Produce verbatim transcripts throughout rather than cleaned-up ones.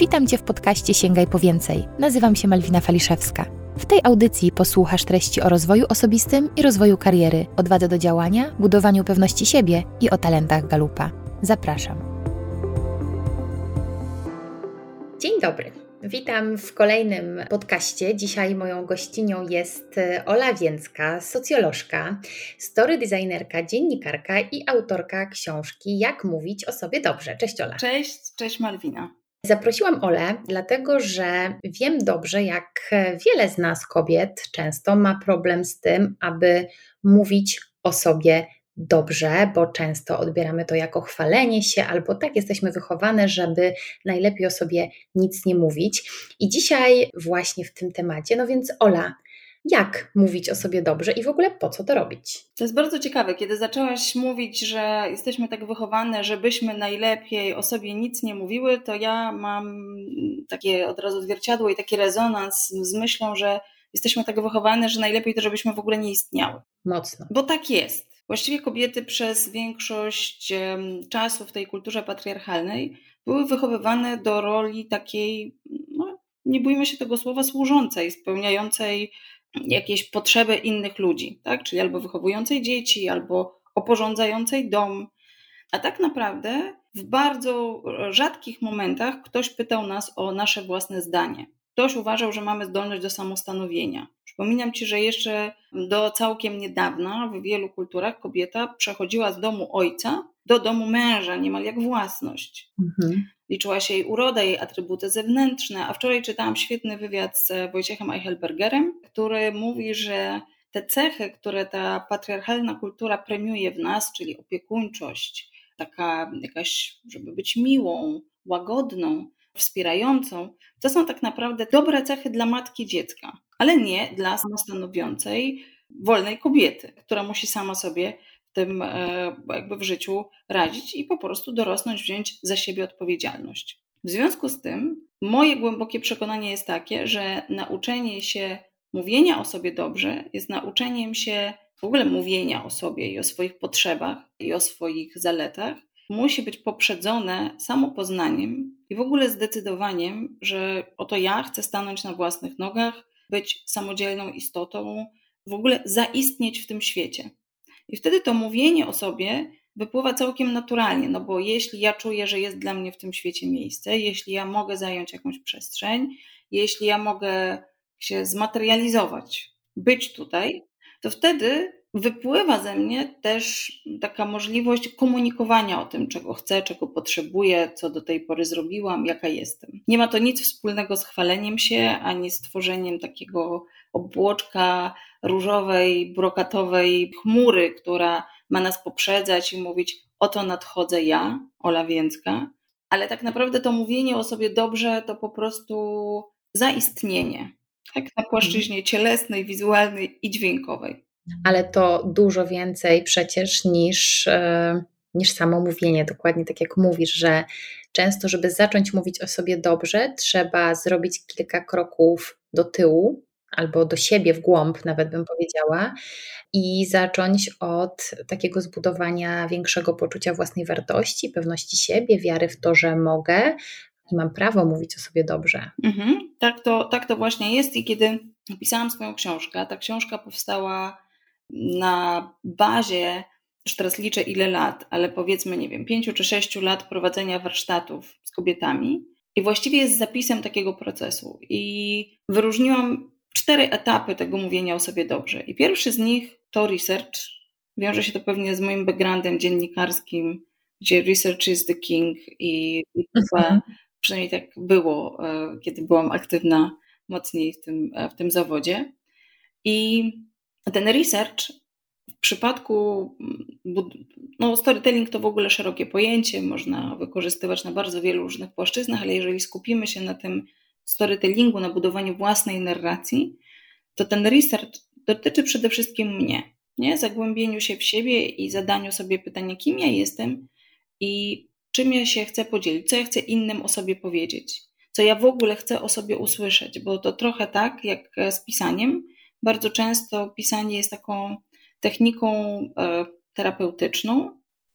Witam Cię w podcaście Sięgaj po więcej. Nazywam się Malwina Faliszewska. W tej audycji posłuchasz treści o rozwoju osobistym i rozwoju kariery, odwadze do działania, budowaniu pewności siebie i o talentach Galupa. Zapraszam. Dzień dobry. Witam w kolejnym podcaście. Dzisiaj moją gościnią jest Ola Więcka, socjolożka, story designerka, dziennikarka i autorka książki Jak mówić o sobie dobrze. Cześć Ola. Cześć, cześć Malwina. Zaprosiłam Olę, dlatego że wiem dobrze, jak wiele z nas kobiet często ma problem z tym, aby mówić o sobie dobrze, bo często odbieramy to jako chwalenie się, albo tak jesteśmy wychowane, żeby najlepiej o sobie nic nie mówić. I dzisiaj właśnie w tym temacie, no więc Ola, jak mówić o sobie dobrze i w ogóle po co to robić? To jest bardzo ciekawe, kiedy zaczęłaś mówić, że jesteśmy tak wychowane, żebyśmy najlepiej o sobie nic nie mówiły, to ja mam takie od razu zwierciadło i taki rezonans z myślą, że jesteśmy tak wychowane, że najlepiej to, żebyśmy w ogóle nie istniały. Mocno. Bo tak jest. Właściwie kobiety przez większość czasu w tej kulturze patriarchalnej były wychowywane do roli takiej, no, nie bójmy się tego słowa, służącej, spełniającej jakieś potrzeby innych ludzi, tak? Czyli albo wychowującej dzieci, albo oporządzającej dom. A tak naprawdę w bardzo rzadkich momentach ktoś pytał nas o nasze własne zdanie. Ktoś uważał, że mamy zdolność do samostanowienia. Przypominam Ci, że jeszcze do całkiem niedawna w wielu kulturach kobieta przechodziła z domu ojca do domu męża, niemal jak własność. Mhm. Liczyła się jej uroda, jej atrybuty zewnętrzne, a wczoraj czytałam świetny wywiad z Wojciechem Eichelbergerem, który mówi, że te cechy, które ta patriarchalna kultura premiuje w nas, czyli opiekuńczość, taka jakaś, żeby być miłą, łagodną, wspierającą, to są tak naprawdę dobre cechy dla matki dziecka, ale nie dla samostanowiącej, wolnej kobiety, która musi sama sobie w tym jakby w życiu radzić i po prostu dorosnąć, wziąć za siebie odpowiedzialność. W związku z tym moje głębokie przekonanie jest takie, że nauczenie się mówienia o sobie dobrze jest nauczeniem się w ogóle mówienia o sobie i o swoich potrzebach i o swoich zaletach. Musi być poprzedzone samopoznaniem i w ogóle zdecydowaniem, że oto ja chcę stanąć na własnych nogach, być samodzielną istotą, w ogóle zaistnieć w tym świecie. I wtedy to mówienie o sobie wypływa całkiem naturalnie, no bo jeśli ja czuję, że jest dla mnie w tym świecie miejsce, jeśli ja mogę zająć jakąś przestrzeń, jeśli ja mogę się zmaterializować, być tutaj, to wtedy wypływa ze mnie też taka możliwość komunikowania o tym, czego chcę, czego potrzebuję, co do tej pory zrobiłam, jaka jestem. Nie ma to nic wspólnego z chwaleniem się, ani z tworzeniem takiego obłoczka różowej, brokatowej chmury, która ma nas poprzedzać i mówić: oto nadchodzę ja, Ola Więcka. Ale tak naprawdę to mówienie o sobie dobrze to po prostu zaistnienie, tak na płaszczyźnie cielesnej, wizualnej i dźwiękowej. Ale to dużo więcej przecież niż, niż samo mówienie. Dokładnie tak jak mówisz, że często, żeby zacząć mówić o sobie dobrze, trzeba zrobić kilka kroków do tyłu albo do siebie w głąb, nawet bym powiedziała, i zacząć od takiego zbudowania większego poczucia własnej wartości, pewności siebie, wiary w to, że mogę i mam prawo mówić o sobie dobrze. Mhm, tak to, tak to właśnie jest i kiedy napisałam swoją książkę, ta książka powstała na bazie, już teraz liczę ile lat, ale powiedzmy, nie wiem, pięciu czy sześciu lat prowadzenia warsztatów z kobietami i właściwie jest zapisem takiego procesu i wyróżniłam cztery etapy tego mówienia o sobie dobrze i pierwszy z nich to research. Wiąże się to pewnie z moim backgroundem dziennikarskim, gdzie research is the king i, i chyba przynajmniej tak było, kiedy byłam aktywna mocniej w tym, w tym zawodzie. I ten research w przypadku, no storytelling to w ogóle szerokie pojęcie, można wykorzystywać na bardzo wielu różnych płaszczyznach, ale jeżeli skupimy się na tym storytellingu, na budowaniu własnej narracji, to ten research dotyczy przede wszystkim mnie, nie? Zagłębieniu się w siebie i zadaniu sobie pytania, kim ja jestem i czym ja się chcę podzielić, co ja chcę innym o sobie powiedzieć, co ja w ogóle chcę o sobie usłyszeć, bo to trochę tak jak z pisaniem. Bardzo często pisanie jest taką techniką terapeutyczną,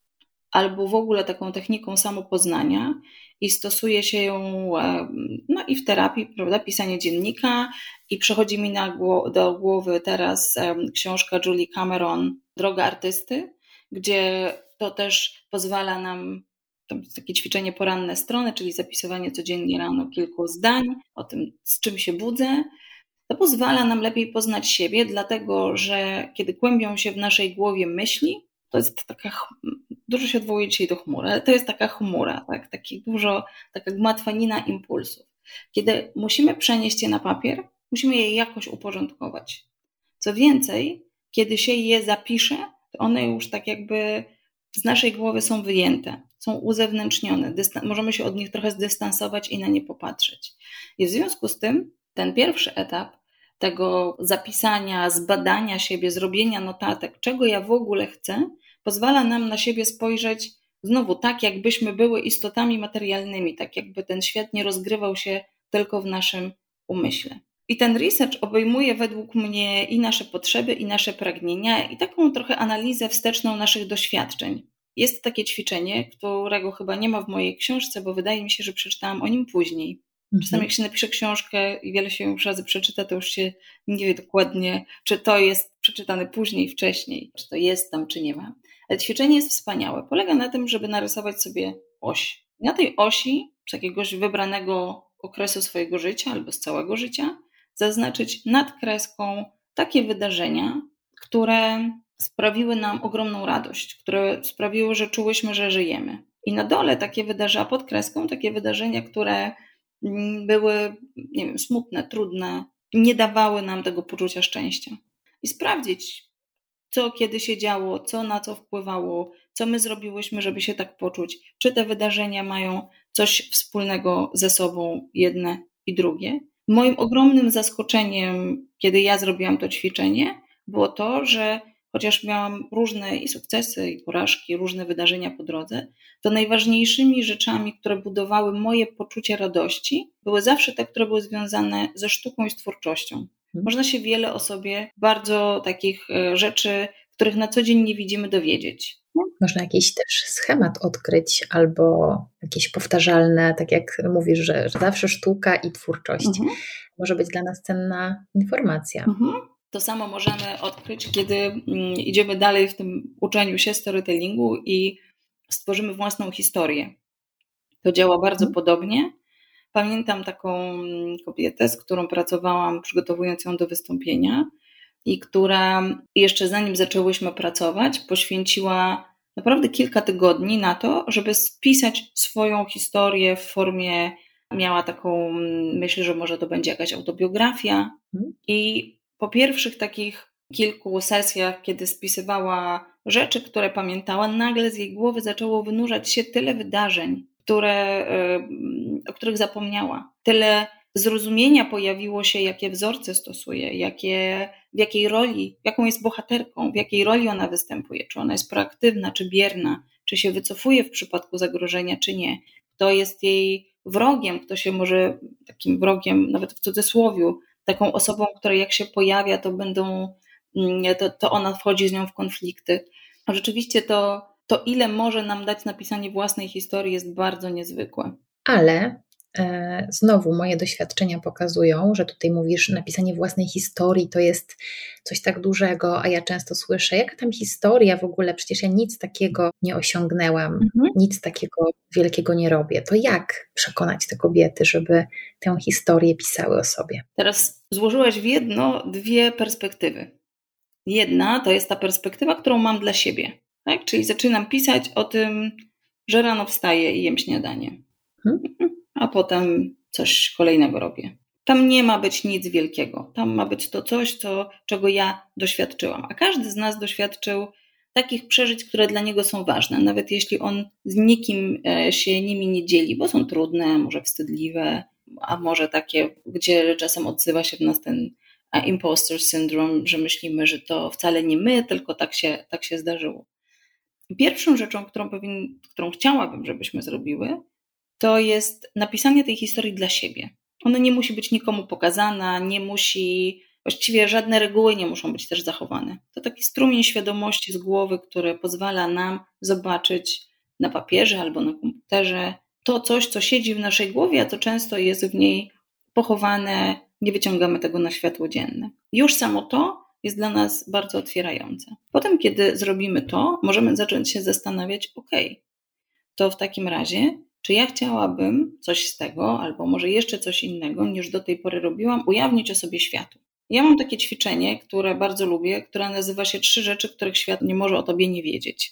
albo w ogóle taką techniką samopoznania i stosuje się ją no i w terapii, prawda, pisanie dziennika i przychodzi mi na gło- do głowy teraz um, książka Julie Cameron Droga artysty, gdzie to też pozwala nam, to jest takie ćwiczenie poranne strony, czyli zapisywanie codziennie rano kilku zdań o tym, z czym się budzę. To pozwala nam lepiej poznać siebie, dlatego że kiedy kłębią się w naszej głowie myśli, to jest taka, dużo się odwołuje dzisiaj do chmury, ale to jest taka chmura, tak? Taki dużo, taka gmatwanina impulsów. Kiedy musimy przenieść je na papier, musimy je jakoś uporządkować. Co więcej, kiedy się je zapisze, to one już tak jakby z naszej głowy są wyjęte, są uzewnętrznione, dystan- możemy się od nich trochę zdystansować i na nie popatrzeć. I w związku z tym ten pierwszy etap tego zapisania, zbadania siebie, zrobienia notatek, czego ja w ogóle chcę, pozwala nam na siebie spojrzeć znowu tak, jakbyśmy były istotami materialnymi, tak jakby ten świat nie rozgrywał się tylko w naszym umyśle. I ten research obejmuje według mnie i nasze potrzeby, i nasze pragnienia, i taką trochę analizę wsteczną naszych doświadczeń. Jest takie ćwiczenie, którego chyba nie ma w mojej książce, bo wydaje mi się, że przeczytałam o nim później. Czasami jak się napisze książkę i wiele się już razy przeczyta, to już się nie wie dokładnie, czy to jest przeczytane później, wcześniej, czy to jest tam, czy nie ma. Ale ćwiczenie jest wspaniałe. Polega na tym, żeby narysować sobie oś. I na tej osi, z jakiegoś wybranego okresu swojego życia albo z całego życia, zaznaczyć nad kreską takie wydarzenia, które sprawiły nam ogromną radość, które sprawiły, że czułyśmy, że żyjemy. I na dole takie wydarzenia, pod kreską takie wydarzenia, które były, nie wiem, smutne, trudne, nie dawały nam tego poczucia szczęścia. I sprawdzić, co kiedy się działo, co na co wpływało, co my zrobiłyśmy, żeby się tak poczuć, czy te wydarzenia mają coś wspólnego ze sobą, jedne i drugie. Moim ogromnym zaskoczeniem, kiedy ja zrobiłam to ćwiczenie, było to, że chociaż miałam różne i sukcesy, i porażki, różne wydarzenia po drodze, to najważniejszymi rzeczami, które budowały moje poczucie radości, były zawsze te, które były związane ze sztuką i z twórczością. Można się wiele o sobie bardzo takich rzeczy, których na co dzień nie widzimy, dowiedzieć. Można jakiś też schemat odkryć albo jakieś powtarzalne, tak jak mówisz, że, że zawsze sztuka i twórczość. Mhm. Może być dla nas cenna informacja. Mhm. To samo możemy odkryć, kiedy idziemy dalej w tym uczeniu się storytellingu i stworzymy własną historię. To działa bardzo mhm. podobnie. Pamiętam taką kobietę, z którą pracowałam, przygotowując ją do wystąpienia i która jeszcze zanim zaczęłyśmy pracować, poświęciła naprawdę kilka tygodni na to, żeby spisać swoją historię w formie, miała taką myśl, że może to będzie jakaś autobiografia. I po pierwszych takich kilku sesjach, kiedy spisywała rzeczy, które pamiętała, nagle z jej głowy zaczęło wynurzać się tyle wydarzeń, które, o których zapomniała. Tyle zrozumienia pojawiło się, jakie wzorce stosuje, jakie, w jakiej roli, jaką jest bohaterką, w jakiej roli ona występuje, czy ona jest proaktywna, czy bierna, czy się wycofuje w przypadku zagrożenia, czy nie. Kto jest jej wrogiem, kto się może takim wrogiem, nawet w cudzysłowiu, taką osobą, która jak się pojawia, to będą, to, to ona wchodzi z nią w konflikty. A rzeczywiście to, to, ile może nam dać napisanie własnej historii, jest bardzo niezwykłe. Ale e, znowu moje doświadczenia pokazują, że tutaj mówisz, napisanie własnej historii to jest coś tak dużego, a ja często słyszę, jaka tam historia w ogóle, przecież ja nic takiego nie osiągnęłam, mhm. nic takiego wielkiego nie robię. To jak przekonać te kobiety, żeby tę historię pisały o sobie? Teraz złożyłaś w jedno dwie perspektywy. Jedna to jest ta perspektywa, którą mam dla siebie, tak? Czyli zaczynam pisać o tym, że rano wstaję i jem śniadanie. Hmm? A potem coś kolejnego robię. Tam nie ma być nic wielkiego. Tam ma być to coś, co, czego ja doświadczyłam. A każdy z nas doświadczył takich przeżyć, które dla niego są ważne, nawet jeśli on z nikim się nimi nie dzieli, bo są trudne, może wstydliwe, a może takie, gdzie czasem odzywa się w nas ten imposter syndrome, że myślimy, że to wcale nie my, tylko tak się, tak się zdarzyło. Pierwszą rzeczą, którą, powin, którą chciałabym, żebyśmy zrobiły, to jest napisanie tej historii dla siebie. Ona nie musi być nikomu pokazana, nie musi, właściwie żadne reguły nie muszą być też zachowane. To taki strumień świadomości z głowy, który pozwala nam zobaczyć, na papierze albo na komputerze, to coś, co siedzi w naszej głowie, a to często jest w niej pochowane, nie wyciągamy tego na światło dzienne. Już samo to jest dla nas bardzo otwierające. Potem, kiedy zrobimy to, możemy zacząć się zastanawiać, ok, to w takim razie, czy ja chciałabym coś z tego, albo może jeszcze coś innego, niż do tej pory robiłam, ujawnić o sobie światu. Ja mam takie ćwiczenie, które bardzo lubię, które nazywa się trzy rzeczy, których świat nie może o tobie nie wiedzieć.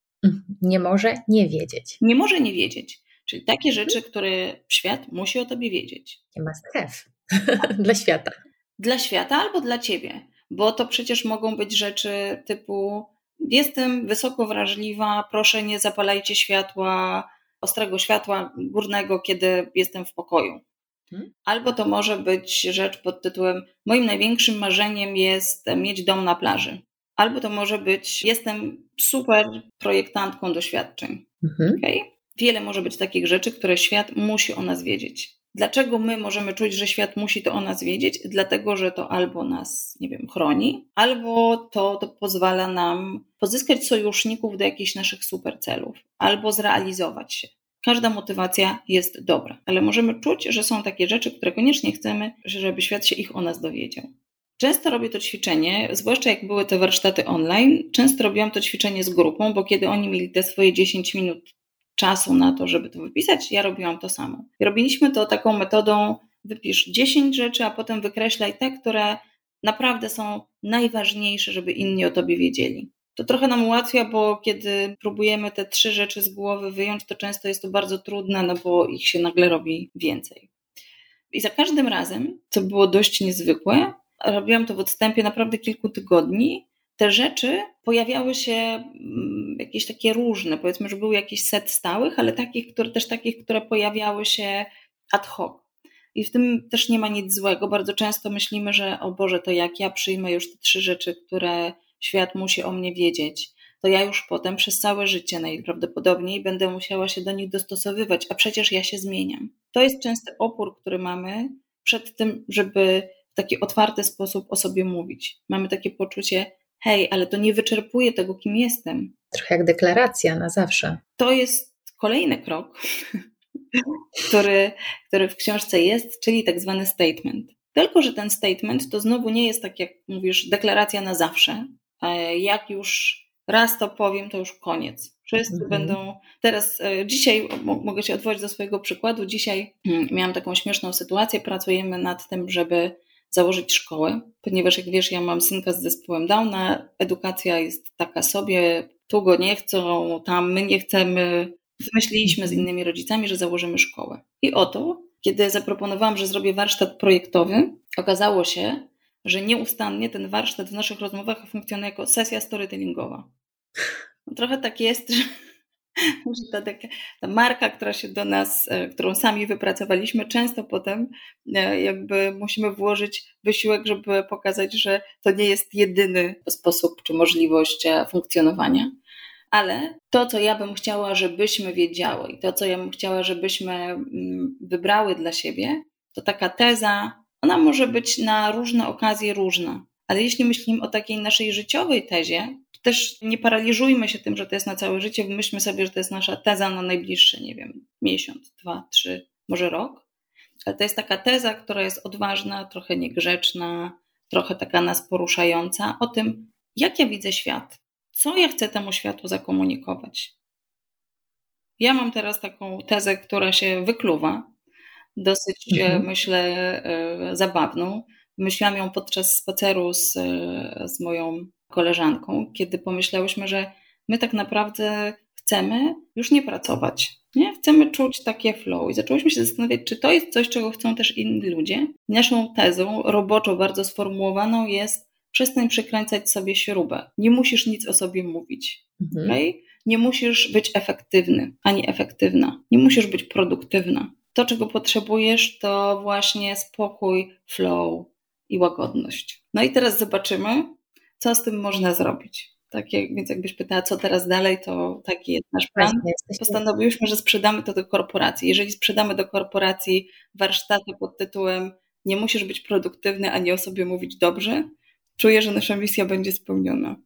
Nie może nie wiedzieć. Nie może nie wiedzieć. Czyli takie rzeczy, które świat musi o tobie wiedzieć. Nie must have. Dla świata. Dla świata albo dla ciebie. Bo to przecież mogą być rzeczy typu jestem wysoko wrażliwa, proszę nie zapalajcie światła, ostrego światła górnego, kiedy jestem w pokoju. Hmm? Albo to może być rzecz pod tytułem moim największym marzeniem jest mieć dom na plaży. Albo to może być jestem super projektantką doświadczeń. Mhm. Okay? Wiele może być takich rzeczy, które świat musi o nas wiedzieć. Dlaczego my możemy czuć, że świat musi to o nas wiedzieć? Dlatego, że to albo nas, nie wiem, chroni, albo to, to pozwala nam pozyskać sojuszników do jakichś naszych super celów, albo zrealizować się. Każda motywacja jest dobra, ale możemy czuć, że są takie rzeczy, które koniecznie chcemy, żeby świat się ich o nas dowiedział. Często robię to ćwiczenie, zwłaszcza jak były te warsztaty online, często robiłam to ćwiczenie z grupą, bo kiedy oni mieli te swoje dziesięć minut czasu na to, żeby to wypisać, ja robiłam to samo. I robiliśmy to taką metodą, wypisz dziesięć rzeczy, a potem wykreślaj te, które naprawdę są najważniejsze, żeby inni o tobie wiedzieli. To trochę nam ułatwia, bo kiedy próbujemy te trzy rzeczy z głowy wyjąć, to często jest to bardzo trudne, no bo ich się nagle robi więcej. I za każdym razem, co było dość niezwykłe, robiłam to w odstępie naprawdę kilku tygodni, te rzeczy pojawiały się jakieś takie różne, powiedzmy, że były jakiś set stałych, ale takich, które, też takich, które pojawiały się ad hoc. I w tym też nie ma nic złego. Bardzo często myślimy, że o Boże, to jak ja przyjmę już te trzy rzeczy, które świat musi o mnie wiedzieć, to ja już potem przez całe życie najprawdopodobniej będę musiała się do nich dostosowywać, a przecież ja się zmieniam. To jest częsty opór, który mamy przed tym, żeby w taki otwarty sposób o sobie mówić. Mamy takie poczucie, hej, ale to nie wyczerpuje tego, kim jestem. Trochę jak deklaracja na zawsze. To jest kolejny krok, który, który w książce jest, czyli tak zwany statement. Tylko że ten statement to znowu nie jest tak, jak mówisz, deklaracja na zawsze. Jak już raz to powiem, to już koniec. Wszyscy mhm. będą... Teraz, dzisiaj mogę się odwołać do swojego przykładu. Dzisiaj miałam taką śmieszną sytuację. Pracujemy nad tym, żeby założyć szkołę, ponieważ jak wiesz, ja mam synka z zespołem Downa, edukacja jest taka sobie, tu go nie chcą, tam my nie chcemy. Wymyśliliśmy z innymi rodzicami, że założymy szkołę. I oto, kiedy zaproponowałam, że zrobię warsztat projektowy, okazało się, że nieustannie ten warsztat w naszych rozmowach funkcjonuje jako sesja storytellingowa. No, trochę tak jest, że że ta, taka, ta marka, która się do nas, którą sami wypracowaliśmy, często potem jakby musimy włożyć wysiłek, żeby pokazać, że to nie jest jedyny sposób czy możliwość funkcjonowania. Ale to, co ja bym chciała, żebyśmy wiedziały i to, co ja bym chciała, żebyśmy wybrały dla siebie, to taka teza, ona może być na różne okazje różna. Ale jeśli myślimy o takiej naszej życiowej tezie, to też nie paraliżujmy się tym, że to jest na całe życie. Myślmy sobie, że to jest nasza teza na najbliższy, nie wiem, miesiąc, dwa, trzy, może rok. Ale to jest taka teza, która jest odważna, trochę niegrzeczna, trochę taka nas poruszająca o tym, jak ja widzę świat. Co ja chcę temu światu zakomunikować? Ja mam teraz taką tezę, która się wykluwa, dosyć mhm. myślę zabawną. Myślałam ją podczas spaceru z, z moją koleżanką, kiedy pomyślałyśmy, że my tak naprawdę chcemy już nie pracować. Nie? Chcemy czuć takie flow i zaczęłyśmy się zastanawiać, czy to jest coś, czego chcą też inni ludzie. Naszą tezą, roboczo bardzo sformułowaną jest: przestań przykręcać sobie śrubę. Nie musisz nic o sobie mówić. Mhm. Okay? Nie musisz być efektywny, ani efektywna. Nie musisz być produktywna. To, czego potrzebujesz, to właśnie spokój, flow i łagodność. No i teraz zobaczymy, co z tym można zrobić. Tak jak, więc jakbyś pytała, co teraz dalej, to taki jest nasz plan. Postanowiłyśmy, że sprzedamy to do korporacji. Jeżeli sprzedamy do korporacji warsztaty pod tytułem nie musisz być produktywny, ani o sobie mówić dobrze, czuję, że nasza misja będzie spełniona.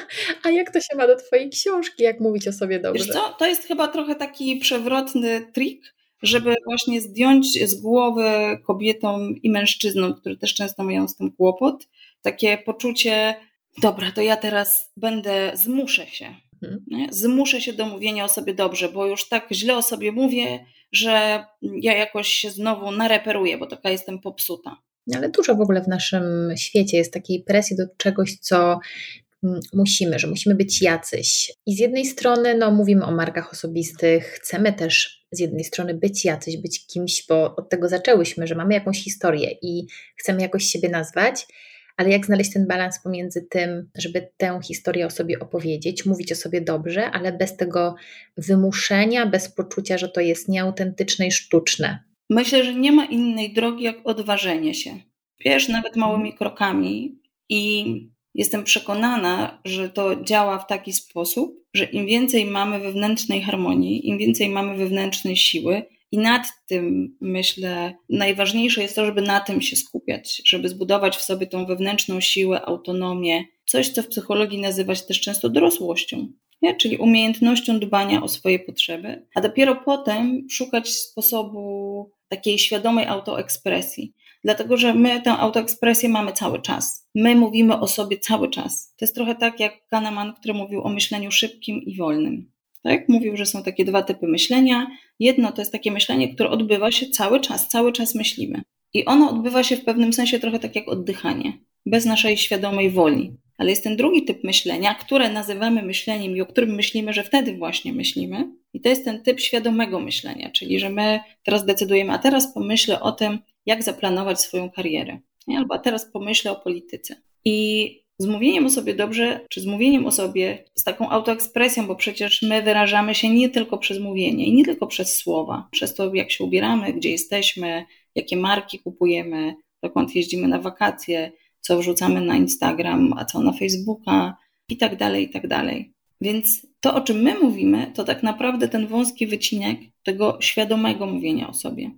A jak to się ma do twojej książki, jak mówić o sobie dobrze? Wiesz co, to jest chyba trochę taki przewrotny trik, żeby właśnie zdjąć z głowy kobietom i mężczyznom, którzy też często mają z tym kłopot, takie poczucie, dobra, to ja teraz będę, zmuszę się, hmm. nie? zmuszę się do mówienia o sobie dobrze, bo już tak źle o sobie mówię, że ja jakoś się znowu nareperuję, bo taka jestem popsuta. Ale dużo w ogóle w naszym świecie jest takiej presji do czegoś, co musimy, że musimy być jacyś. I z jednej strony no, mówimy o markach osobistych, chcemy też z jednej strony być jacyś, być kimś, bo od tego zaczęłyśmy, że mamy jakąś historię i chcemy jakoś siebie nazwać, ale jak znaleźć ten balans pomiędzy tym, żeby tę historię o sobie opowiedzieć, mówić o sobie dobrze, ale bez tego wymuszenia, bez poczucia, że to jest nieautentyczne i sztuczne. Myślę, że nie ma innej drogi jak odważenie się. Wiesz, nawet małymi krokami i jestem przekonana, że to działa w taki sposób, że im więcej mamy wewnętrznej harmonii, im więcej mamy wewnętrznej siły i nad tym, myślę, najważniejsze jest to, żeby na tym się skupiać, żeby zbudować w sobie tą wewnętrzną siłę, autonomię, coś, co w psychologii nazywa się też często dorosłością, nie? Czyli umiejętnością dbania o swoje potrzeby, a dopiero potem szukać sposobu takiej świadomej autoekspresji. Dlatego, że my tę autoekspresję mamy cały czas. My mówimy o sobie cały czas. To jest trochę tak jak Kahneman, który mówił o myśleniu szybkim i wolnym. Tak? Mówił, że są takie dwa typy myślenia. Jedno to jest takie myślenie, które odbywa się cały czas, cały czas myślimy. I ono odbywa się w pewnym sensie trochę tak jak oddychanie, bez naszej świadomej woli. Ale jest ten drugi typ myślenia, które nazywamy myśleniem i o którym myślimy, że wtedy właśnie myślimy. I to jest ten typ świadomego myślenia, czyli że my teraz decydujemy, a teraz pomyślę o tym, jak zaplanować swoją karierę. Nie? Albo a teraz pomyślę o polityce. I z mówieniem o sobie dobrze, czy z mówieniem o sobie, z taką autoekspresją, bo przecież my wyrażamy się nie tylko przez mówienie i nie tylko przez słowa, przez to, jak się ubieramy, gdzie jesteśmy, jakie marki kupujemy, dokąd jeździmy na wakacje, co wrzucamy na Instagram, a co na Facebooka i tak dalej, i tak dalej. Więc to, o czym my mówimy, to tak naprawdę ten wąski wycinek tego świadomego mówienia o sobie.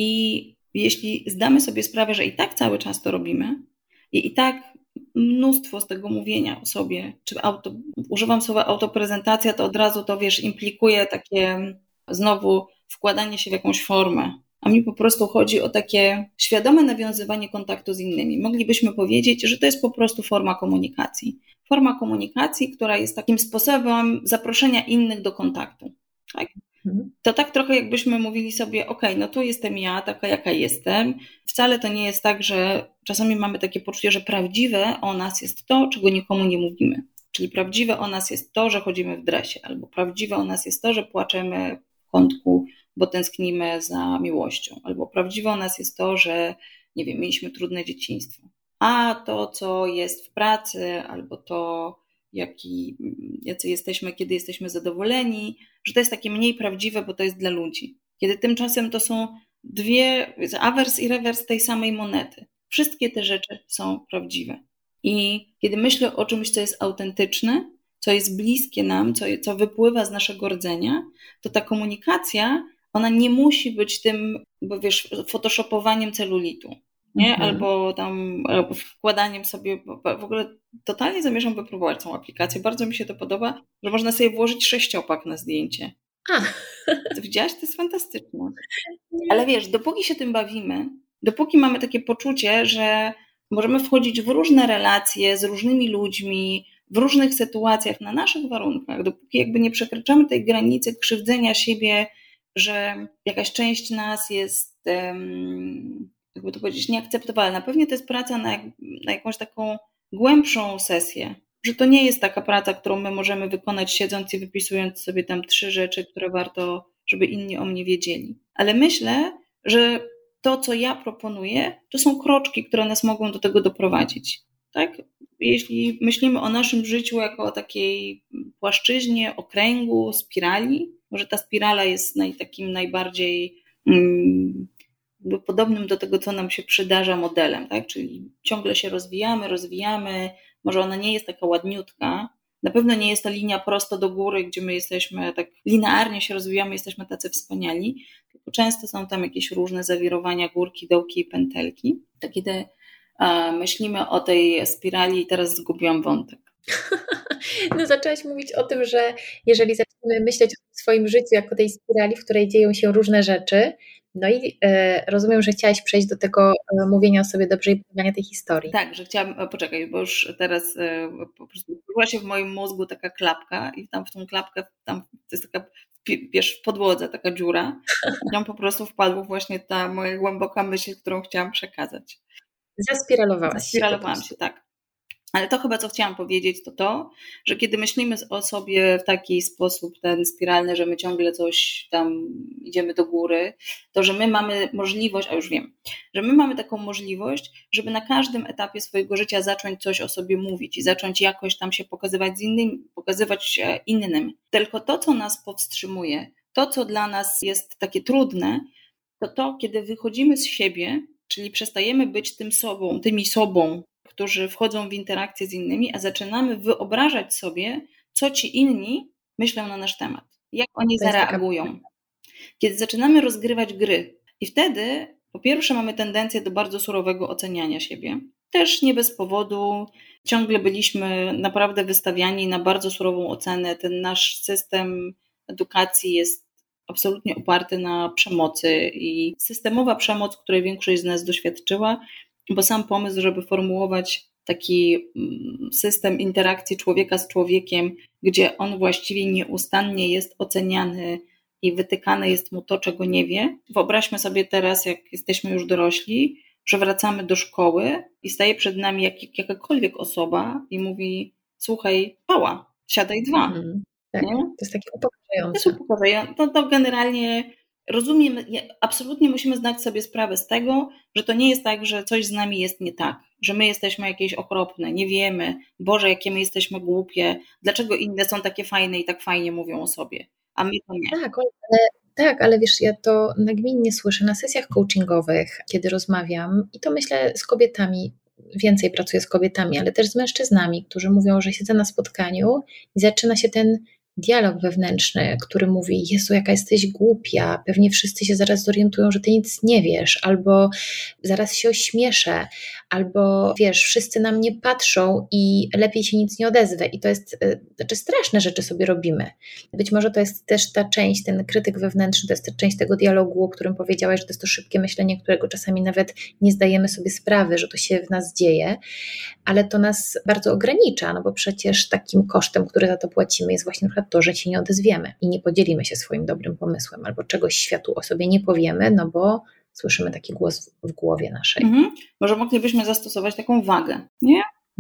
I jeśli zdamy sobie sprawę, że i tak cały czas to robimy i i tak mnóstwo z tego mówienia o sobie, czy auto, używam słowa autoprezentacja, to od razu to, wiesz, implikuje takie znowu wkładanie się w jakąś formę. A mi po prostu chodzi o takie świadome nawiązywanie kontaktu z innymi. Moglibyśmy powiedzieć, że to jest po prostu forma komunikacji. Forma komunikacji, która jest takim sposobem zaproszenia innych do kontaktu. Tak? To tak trochę jakbyśmy mówili sobie, ok, no tu jestem ja, taka jaka jestem. Wcale to nie jest tak, że czasami mamy takie poczucie, że prawdziwe o nas jest to, czego nikomu nie mówimy. Czyli prawdziwe o nas jest to, że chodzimy w dresie, albo prawdziwe o nas jest to, że płaczemy w kątku, bo tęsknimy za miłością, albo prawdziwe o nas jest to, że nie wiem, mieliśmy trudne dzieciństwo. A to, co jest w pracy, albo to, jaki, jacy jesteśmy, kiedy jesteśmy zadowoleni, że to jest takie mniej prawdziwe, bo to jest dla ludzi. Kiedy tymczasem to są dwie, awers i rewers tej samej monety. Wszystkie te rzeczy są prawdziwe. I kiedy myślę o czymś, co jest autentyczne, co jest bliskie nam, co, co wypływa z naszego rdzenia, to ta komunikacja, ona nie musi być tym, bo wiesz, photoshopowaniem celulitu. Nie? Mhm. Albo tam albo wkładaniem sobie, w ogóle totalnie zamierzam wypróbować tą aplikację, bardzo mi się to podoba, że można sobie włożyć sześciopak na zdjęcie. A. To widziałaś? To jest fantastyczne. Ale wiesz, dopóki się tym bawimy, dopóki mamy takie poczucie, że możemy wchodzić w różne relacje z różnymi ludźmi, w różnych sytuacjach, na naszych warunkach, dopóki jakby nie przekraczamy tej granicy krzywdzenia siebie, że jakaś część nas jest, jakby to powiedzieć, nieakceptowalna. Pewnie to jest praca na, na jakąś taką głębszą sesję, że to nie jest taka praca, którą my możemy wykonać siedząc i wypisując sobie tam trzy rzeczy, które warto, żeby inni o mnie wiedzieli. Ale myślę, że to, co ja proponuję, to są kroczki, które nas mogą do tego doprowadzić. Tak? Jeśli myślimy o naszym życiu jako o takiej płaszczyźnie, okręgu, spirali, może ta spirala jest naj, takim najbardziej mm, podobnym do tego, co nam się przydarza modelem, tak? Czyli ciągle się rozwijamy, rozwijamy, może ona nie jest taka ładniutka, na pewno nie jest to linia prosto do góry, gdzie my jesteśmy tak linearnie się rozwijamy, jesteśmy tacy wspaniali, tylko często są tam jakieś różne zawirowania, górki, dołki i pętelki. To kiedy myślimy o tej spirali i teraz zgubiłam wątek. No zaczęłaś mówić o tym, że jeżeli zaczniemy myśleć o swoim życiu jako tej spirali, w której dzieją się różne rzeczy, no i e, rozumiem, że chciałaś przejść do tego e, mówienia o sobie dobrze i budowania tej historii. Tak, że chciałam, poczekaj, bo już teraz e, po prostu była się w moim mózgu taka klapka i tam w tą klapkę, tam to jest taka, wiesz, w podłodze taka dziura i tam po prostu wpadła właśnie ta moja głęboka myśl, którą chciałam przekazać. Zaspiralowałaś Zaspiralowałam się. się, tak. Ale to chyba, co chciałam powiedzieć, to to, że kiedy myślimy o sobie w taki sposób ten spiralny, że my ciągle coś tam idziemy do góry, to że my mamy możliwość, a już wiem, że my mamy taką możliwość, żeby na każdym etapie swojego życia zacząć coś o sobie mówić i zacząć jakoś tam się pokazywać z innym, pokazywać się innym. Tylko to, co nas powstrzymuje, to, co dla nas jest takie trudne, to to, kiedy wychodzimy z siebie, czyli przestajemy być tym sobą, tymi sobą, którzy wchodzą w interakcję z innymi, a zaczynamy wyobrażać sobie, co ci inni myślą na nasz temat, jak oni zareagują. Taka... Kiedy zaczynamy rozgrywać gry i wtedy po pierwsze mamy tendencję do bardzo surowego oceniania siebie, też nie bez powodu, ciągle byliśmy naprawdę wystawiani na bardzo surową ocenę, ten nasz system edukacji jest absolutnie oparty na przemocy i systemowa przemoc, której większość z nas doświadczyła, bo sam pomysł, żeby formułować taki system interakcji człowieka z człowiekiem, gdzie on właściwie nieustannie jest oceniany i wytykane jest mu to, czego nie wie. Wyobraźmy sobie teraz, jak jesteśmy już dorośli, że wracamy do szkoły i staje przed nami jak, jakakolwiek osoba i mówi: słuchaj, pała, siadaj dwa. Mhm. Tak, nie? To jest takie upokarzające. To jest upokarzające. To, to generalnie rozumiem, absolutnie musimy zdać sobie sprawę z tego, że to nie jest tak, że coś z nami jest nie tak, że my jesteśmy jakieś okropne, nie wiemy, Boże, jakie my jesteśmy głupie, dlaczego inne są takie fajne i tak fajnie mówią o sobie, a my to nie. Tak, ale, tak, ale wiesz, ja to nagminnie słyszę na sesjach coachingowych, kiedy rozmawiam i to myślę z kobietami, więcej pracuję z kobietami, ale też z mężczyznami, którzy mówią, że siedzę na spotkaniu i zaczyna się ten dialog wewnętrzny, który mówi: Jezu, jaka jesteś głupia, pewnie wszyscy się zaraz zorientują, że ty nic nie wiesz, albo zaraz się ośmieszę, albo wiesz, wszyscy na mnie patrzą i lepiej się nic nie odezwę. I to jest, znaczy straszne rzeczy sobie robimy. Być może to jest też ta część, ten krytyk wewnętrzny, to jest ta część tego dialogu, o którym powiedziałaś, że to jest to szybkie myślenie, którego czasami nawet nie zdajemy sobie sprawy, że to się w nas dzieje, ale to nas bardzo ogranicza, no bo przecież takim kosztem, który za to płacimy, jest właśnie na przykład to, że się nie odezwiemy i nie podzielimy się swoim dobrym pomysłem, albo czegoś światu o sobie nie powiemy, no bo słyszymy taki głos w, w głowie naszej. Mhm. Może moglibyśmy zastosować taką wagę, nie?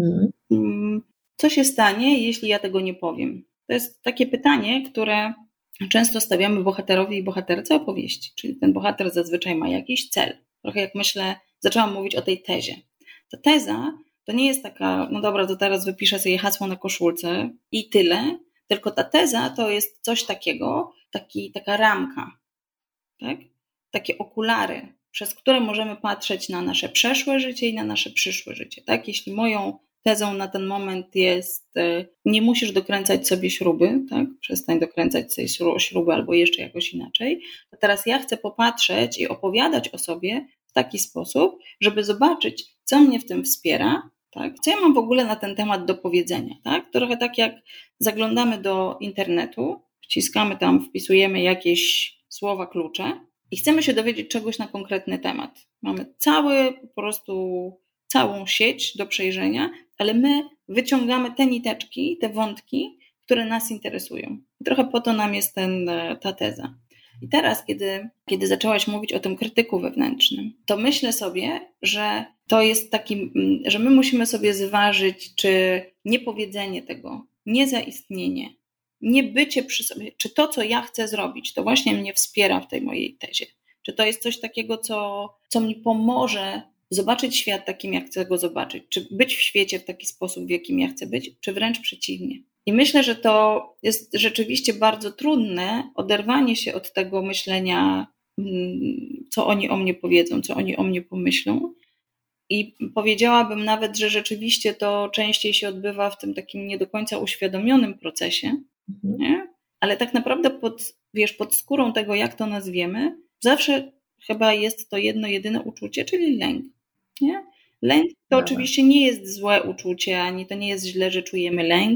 Mhm. Co się stanie, jeśli ja tego nie powiem? To jest takie pytanie, które często stawiamy bohaterowi i bohaterce opowieści, czyli ten bohater zazwyczaj ma jakiś cel. Trochę jak myślę, zaczęłam mówić o tej tezie. Ta teza to nie jest taka, no dobra, to teraz wypiszę sobie hasło na koszulce i tyle, tylko ta teza to jest coś takiego, taki, taka ramka, tak? Takie okulary, przez które możemy patrzeć na nasze przeszłe życie i na nasze przyszłe życie. Tak? Jeśli moją tezą na ten moment jest: nie musisz dokręcać sobie śruby, tak? Przestań dokręcać sobie śruby albo jeszcze jakoś inaczej, to teraz ja chcę popatrzeć i opowiadać o sobie w taki sposób, żeby zobaczyć, co mnie w tym wspiera, tak? Co ja mam w ogóle na ten temat do powiedzenia. Tak? Trochę tak jak zaglądamy do internetu, wciskamy tam, wpisujemy jakieś słowa klucze i chcemy się dowiedzieć czegoś na konkretny temat. Mamy cały, po prostu całą sieć do przejrzenia, ale my wyciągamy te niteczki, te wątki, które nas interesują. I trochę po to nam jest ten, ta teza. I teraz, kiedy, kiedy zaczęłaś mówić o tym krytyku wewnętrznym, to myślę sobie, że to jest taki, że my musimy sobie zważyć, czy niepowiedzenie tego, niezaistnienie, nie bycie przy sobie, czy to, co ja chcę zrobić, to właśnie mnie wspiera w tej mojej tezie. Czy to jest coś takiego, co, co mi pomoże zobaczyć świat takim, jak chcę go zobaczyć, czy być w świecie w taki sposób, w jakim ja chcę być, czy wręcz przeciwnie. I myślę, że to jest rzeczywiście bardzo trudne oderwanie się od tego myślenia, co oni o mnie powiedzą, co oni o mnie pomyślą. I powiedziałabym nawet, że rzeczywiście to częściej się odbywa w tym takim nie do końca uświadomionym procesie, mhm. nie? Ale tak naprawdę pod, wiesz, pod skórą tego, jak to nazwiemy, zawsze chyba jest to jedno jedyne uczucie, czyli lęk. Nie? Lęk to Dobra. oczywiście nie jest złe uczucie, ani to nie jest źle, że czujemy lęk.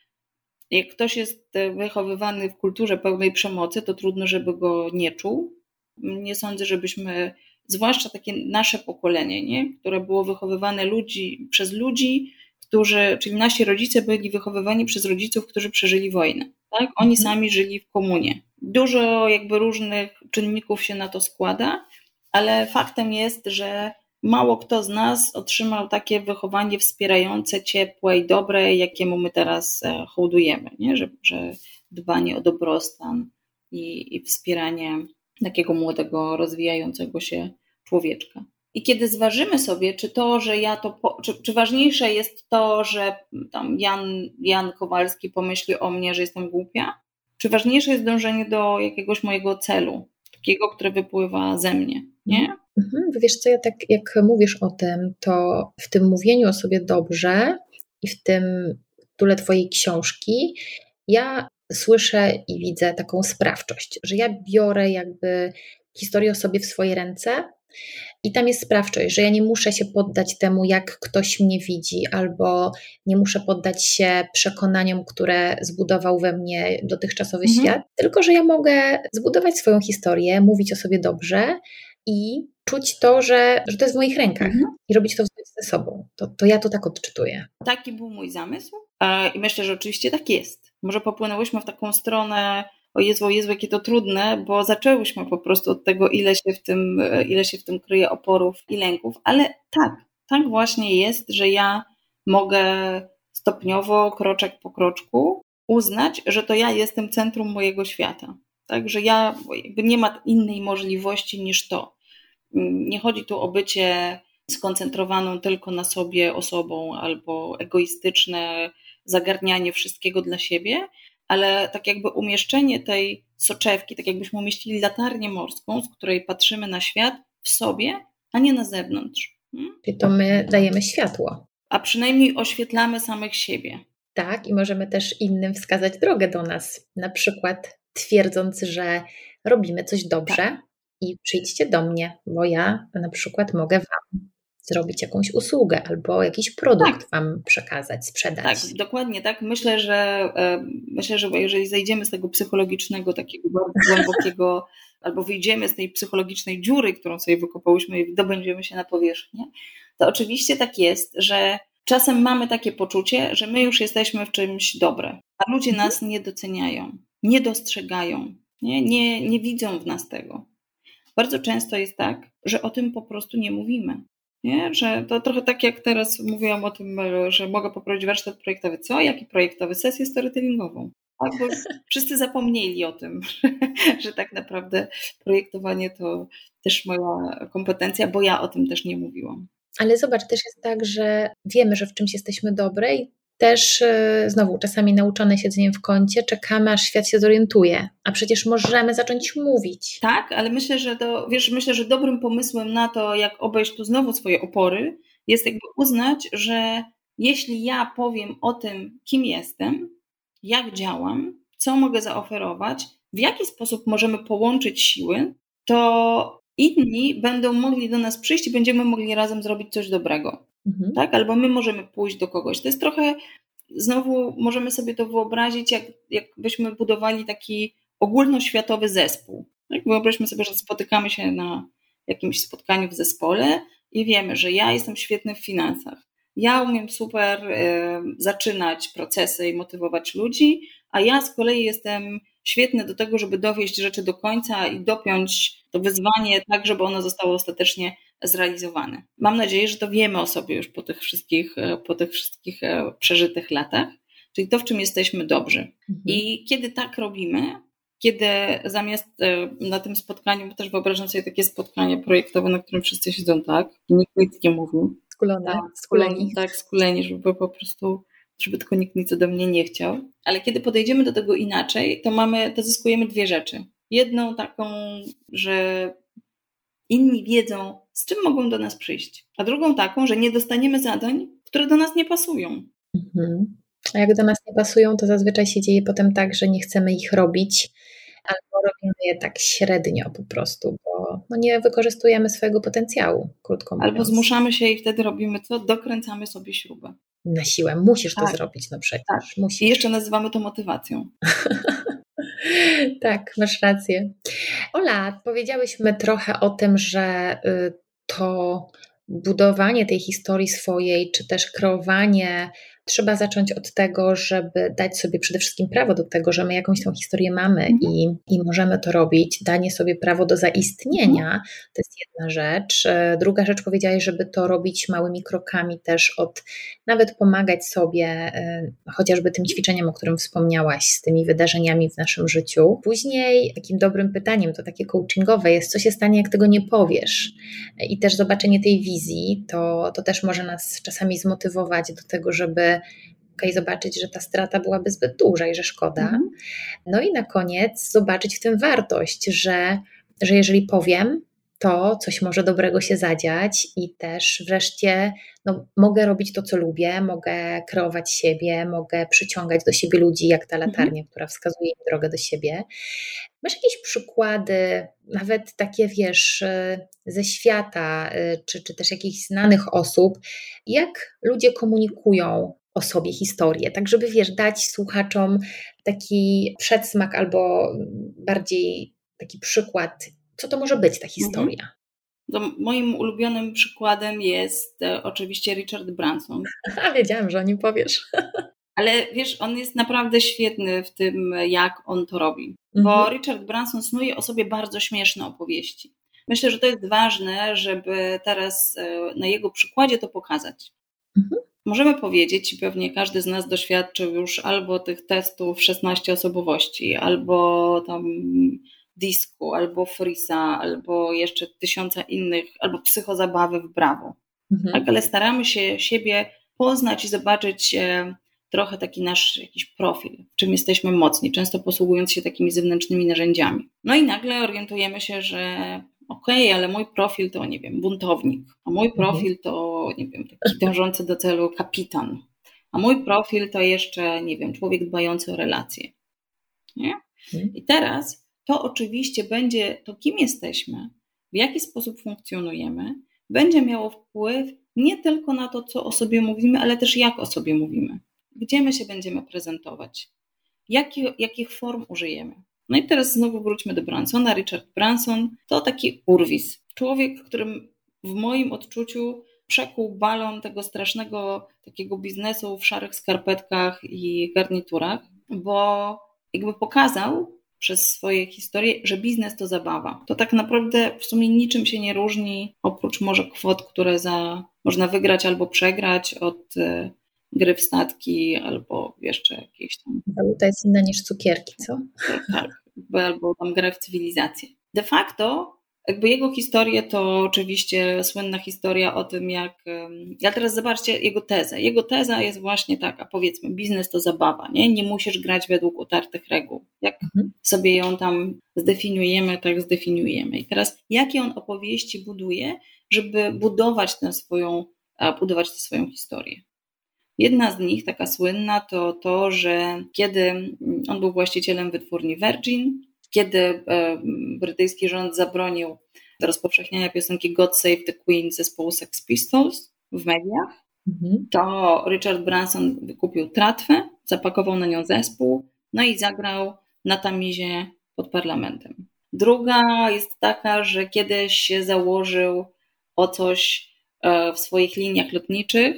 Jak ktoś jest wychowywany w kulturze pełnej przemocy, to trudno, żeby go nie czuł. Nie sądzę, żebyśmy, zwłaszcza takie nasze pokolenie, nie? Które było wychowywane ludzi, przez ludzi, którzy, czyli nasi rodzice byli wychowywani przez rodziców, którzy przeżyli wojnę. Tak? Oni Mhm. sami żyli w komunie. Dużo jakby różnych czynników się na to składa, ale faktem jest, że mało kto z nas otrzymał takie wychowanie wspierające, ciepłe i dobre, jakiemu my teraz hołdujemy, nie? Że, że dbanie o dobrostan i, i wspieranie takiego młodego, rozwijającego się człowieczka. I kiedy zważymy sobie, czy to, że ja to, po, czy, czy ważniejsze jest to, że tam Jan, Jan Kowalski pomyśli o mnie, że jestem głupia, czy ważniejsze jest dążenie do jakiegoś mojego celu, takiego, które wypływa ze mnie, nie? Mhm. Wiesz co, ja tak jak mówisz o tym, to w tym mówieniu o sobie dobrze i w tym tytule twojej książki ja słyszę i widzę taką sprawczość, że ja biorę jakby historię o sobie w swoje ręce i tam jest sprawczość, że ja nie muszę się poddać temu, jak ktoś mnie widzi, albo nie muszę poddać się przekonaniom, które zbudował we mnie dotychczasowy Mhm. świat, tylko że ja mogę zbudować swoją historię, mówić o sobie dobrze i czuć to, że, że to jest w moich rękach Mhm. i robić to ze sobą. To, to ja to tak odczytuję. Taki był mój zamysł i myślę, że oczywiście tak jest. Może popłynęłyśmy w taką stronę, o Jezu, o Jezu, jakie to trudne, bo zaczęłyśmy po prostu od tego, ile się w tym, ile się w tym kryje oporów i lęków, ale tak, tak właśnie jest, że ja mogę stopniowo, kroczek po kroczku uznać, że to ja jestem centrum mojego świata. Tak, że ja jakby nie ma innej możliwości niż to. Nie chodzi tu o bycie skoncentrowaną tylko na sobie osobą albo egoistyczne zagarnianie wszystkiego dla siebie, ale tak jakby umieszczenie tej soczewki, tak jakbyśmy umieścili latarnię morską, z której patrzymy na świat w sobie, a nie na zewnątrz. Hmm? Czyli to my dajemy światło. A przynajmniej oświetlamy samych siebie. Tak, i możemy też innym wskazać drogę do nas, na przykład twierdząc, że robimy coś dobrze tak. I przyjdźcie do mnie, bo ja na przykład mogę Wam zrobić jakąś usługę albo jakiś produkt tak. Wam przekazać, sprzedać. Tak, dokładnie tak. Myślę, że myślę, że jeżeli zejdziemy z tego psychologicznego, takiego bardzo głębokiego, albo wyjdziemy z tej psychologicznej dziury, którą sobie wykopałyśmy i dobędziemy się na powierzchnię, to oczywiście tak jest, że czasem mamy takie poczucie, że my już jesteśmy w czymś dobre, a ludzie mhm. nas nie doceniają, nie dostrzegają, nie, nie, nie widzą w nas tego. Bardzo często jest tak, że o tym po prostu nie mówimy. Nie? Że to trochę tak jak teraz mówiłam o tym, że mogę poprowadzić warsztat projektowy. Co? Jaki projektowy? Sesję storytellingową. Tak, bo wszyscy zapomnieli o tym, że, że tak naprawdę projektowanie to też moja kompetencja, bo ja o tym też nie mówiłam. Ale zobacz, też jest tak, że wiemy, że w czymś jesteśmy dobre i też znowu czasami nauczone siedzeniem w kącie czekamy, aż świat się zorientuje, a przecież możemy zacząć mówić. Tak, ale myślę, że to, wiesz, myślę, że dobrym pomysłem na to, jak obejść tu znowu swoje opory, jest jakby uznać, że jeśli ja powiem o tym, kim jestem, jak działam, co mogę zaoferować, w jaki sposób możemy połączyć siły, to inni będą mogli do nas przyjść i będziemy mogli razem zrobić coś dobrego. Mhm. Tak? Albo my możemy pójść do kogoś. To jest trochę, znowu możemy sobie to wyobrazić, jak, jakbyśmy budowali taki ogólnoświatowy zespół. Tak? Wyobraźmy sobie, że spotykamy się na jakimś spotkaniu w zespole i wiemy, że ja jestem świetny w finansach. Ja umiem super y, zaczynać procesy i motywować ludzi, a ja z kolei jestem świetny do tego, żeby dowieść rzeczy do końca i dopiąć to wyzwanie tak, żeby ono zostało ostatecznie zrealizowane. Mam nadzieję, że to wiemy o sobie już po tych wszystkich, po tych wszystkich przeżytych latach, czyli to, w czym jesteśmy dobrzy. Mhm. I kiedy tak robimy, kiedy zamiast na tym spotkaniu, bo też wyobrażam sobie takie spotkanie projektowe, na którym wszyscy siedzą tak, nikt nic nie mówi. Skulone, tak, skuleni. Tak, skuleni, żeby po prostu, żeby tylko nikt nic ode mnie nie chciał. Ale kiedy podejdziemy do tego inaczej, to mamy, to zyskujemy dwie rzeczy. Jedną taką, że inni wiedzą, z czym mogą do nas przyjść, a drugą taką, że nie dostaniemy zadań, które do nas nie pasują. Mhm. A jak do nas nie pasują, to zazwyczaj się dzieje potem tak, że nie chcemy ich robić albo robimy je tak średnio po prostu, bo no nie wykorzystujemy swojego potencjału, krótko mówiąc. Albo zmuszamy się i wtedy robimy co? Dokręcamy sobie śrubę. Na siłę. Musisz tak, to zrobić, no przecież. Tak. Musisz. I jeszcze nazywamy to motywacją. Tak, masz rację. Ola, powiedziałyśmy trochę o tym, że to budowanie tej historii swojej, czy też kreowanie, trzeba zacząć od tego, żeby dać sobie przede wszystkim prawo do tego, że my jakąś tą historię mamy mhm. i, i możemy to robić. Danie sobie prawo do zaistnienia, mhm. to jest jedna rzecz. Druga rzecz, powiedziałaś, żeby to robić małymi krokami też, od nawet pomagać sobie, chociażby tym ćwiczeniem, o którym wspomniałaś, z tymi wydarzeniami w naszym życiu. Później takim dobrym pytaniem, to takie coachingowe jest, co się stanie, jak tego nie powiesz. I też zobaczenie tej wizji, to, to też może nas czasami zmotywować do tego, żeby okay, zobaczyć, że ta strata byłaby zbyt duża i że szkoda. Mhm. No i na koniec zobaczyć w tym wartość, że, że jeżeli powiem, to coś może dobrego się zadziać i też wreszcie no, mogę robić to, co lubię, mogę kreować siebie, mogę przyciągać do siebie ludzi, jak ta latarnia, mhm. która wskazuje mi drogę do siebie. Masz jakieś przykłady, nawet takie, wiesz, ze świata, czy, czy też jakichś znanych osób, jak ludzie komunikują o sobie historię, tak żeby, wiesz, dać słuchaczom taki przedsmak albo bardziej taki przykład, co to może być ta historia? Mhm. Moim ulubionym przykładem jest e, oczywiście Richard Branson. A wiedziałam, że o nim powiesz. Ale wiesz, on jest naprawdę świetny w tym, jak on to robi. Mhm. Bo Richard Branson snuje o sobie bardzo śmieszne opowieści. Myślę, że to jest ważne, żeby teraz e, na jego przykładzie to pokazać. Mhm. Możemy powiedzieć, i pewnie każdy z nas doświadczył już albo tych testów szesnaście osobowości, albo tam disku, albo frisa, albo jeszcze tysiąca innych, albo psychozabawy w brawo. Mhm. Tak, ale staramy się siebie poznać i zobaczyć e, trochę taki nasz jakiś profil, w czym jesteśmy mocni, często posługując się takimi zewnętrznymi narzędziami. No i nagle orientujemy się, że okej, okay, ale mój profil to, nie wiem, buntownik, a mój profil to, nie wiem, taki dążący do celu kapitan, a mój profil to jeszcze, nie wiem, człowiek dbający o relacje. Nie? I teraz to oczywiście będzie, to kim jesteśmy, w jaki sposób funkcjonujemy, będzie miało wpływ nie tylko na to, co o sobie mówimy, ale też jak o sobie mówimy. Gdzie my się będziemy prezentować, Jaki, jakich form użyjemy. No i teraz znowu wróćmy do Bransona. Richard Branson to taki urwis. Człowiek, którym w moim odczuciu przekuł balon tego strasznego takiego biznesu w szarych skarpetkach i garniturach, bo jakby pokazał przez swoje historie, że biznes to zabawa. To tak naprawdę w sumie niczym się nie różni, oprócz może kwot, które za, można wygrać albo przegrać od y, gry w statki albo jeszcze jakieś tam... Waluta jest inna niż cukierki, co? Tak, tak. Albo tam grę w cywilizację. De facto jakby jego historię to oczywiście słynna historia o tym, jak... Ale teraz zobaczcie jego tezę. Jego teza jest właśnie taka, powiedzmy, biznes to zabawa, nie? Nie musisz grać według utartych reguł. Jak mhm. sobie ją tam zdefiniujemy, tak zdefiniujemy. I teraz jakie on opowieści buduje, żeby budować tę swoją, budować tę swoją historię. Jedna z nich, taka słynna, to to, że kiedy on był właścicielem wytwórni Virgin, kiedy brytyjski rząd zabronił rozpowszechniania piosenki God Save the Queen zespołu Sex Pistols w mediach, mhm. to Richard Branson wykupił tratwę, zapakował na nią zespół, no i zagrał na tamizie pod parlamentem. Druga jest taka, że kiedyś się założył o coś w swoich liniach lotniczych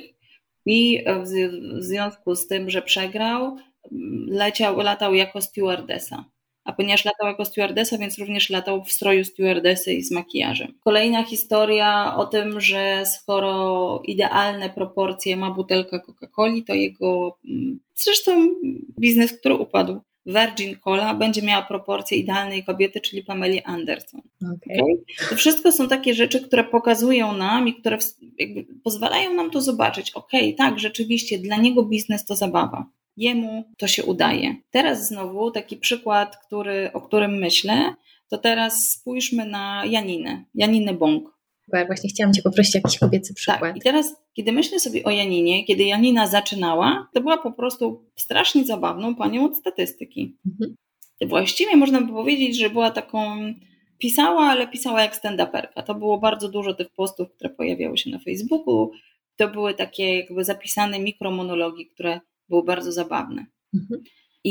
i w związku z tym, że przegrał, leciał, latał jako stewardesa. A ponieważ latał jako stewardesa, więc również latał w stroju stewardesy i z makijażem. Kolejna historia o tym, że skoro idealne proporcje ma butelka Coca-Coli, to jego, zresztą biznes, który upadł, Virgin Cola, będzie miała proporcje idealnej kobiety, czyli Pameli Anderson. Okay. Okay? To wszystko są takie rzeczy, które pokazują nam i które jakby pozwalają nam to zobaczyć. Okej, okay, tak, rzeczywiście dla niego biznes to zabawa. Jemu to się udaje. Teraz znowu taki przykład, który, o którym myślę, to teraz spójrzmy na Janinę, Janinę Bąk. Bo ja właśnie chciałam Cię poprosić o jakiś kobiecy przykład. Tak, i teraz kiedy myślę sobie o Janinie, kiedy Janina zaczynała, to była po prostu strasznie zabawną panią od statystyki. Mhm. Właściwie można by powiedzieć, że była taką, pisała, ale pisała jak stand-uperka. To było bardzo dużo tych postów, które pojawiały się na Facebooku. To były takie jakby zapisane mikromonologi, które były bardzo zabawne. Mhm.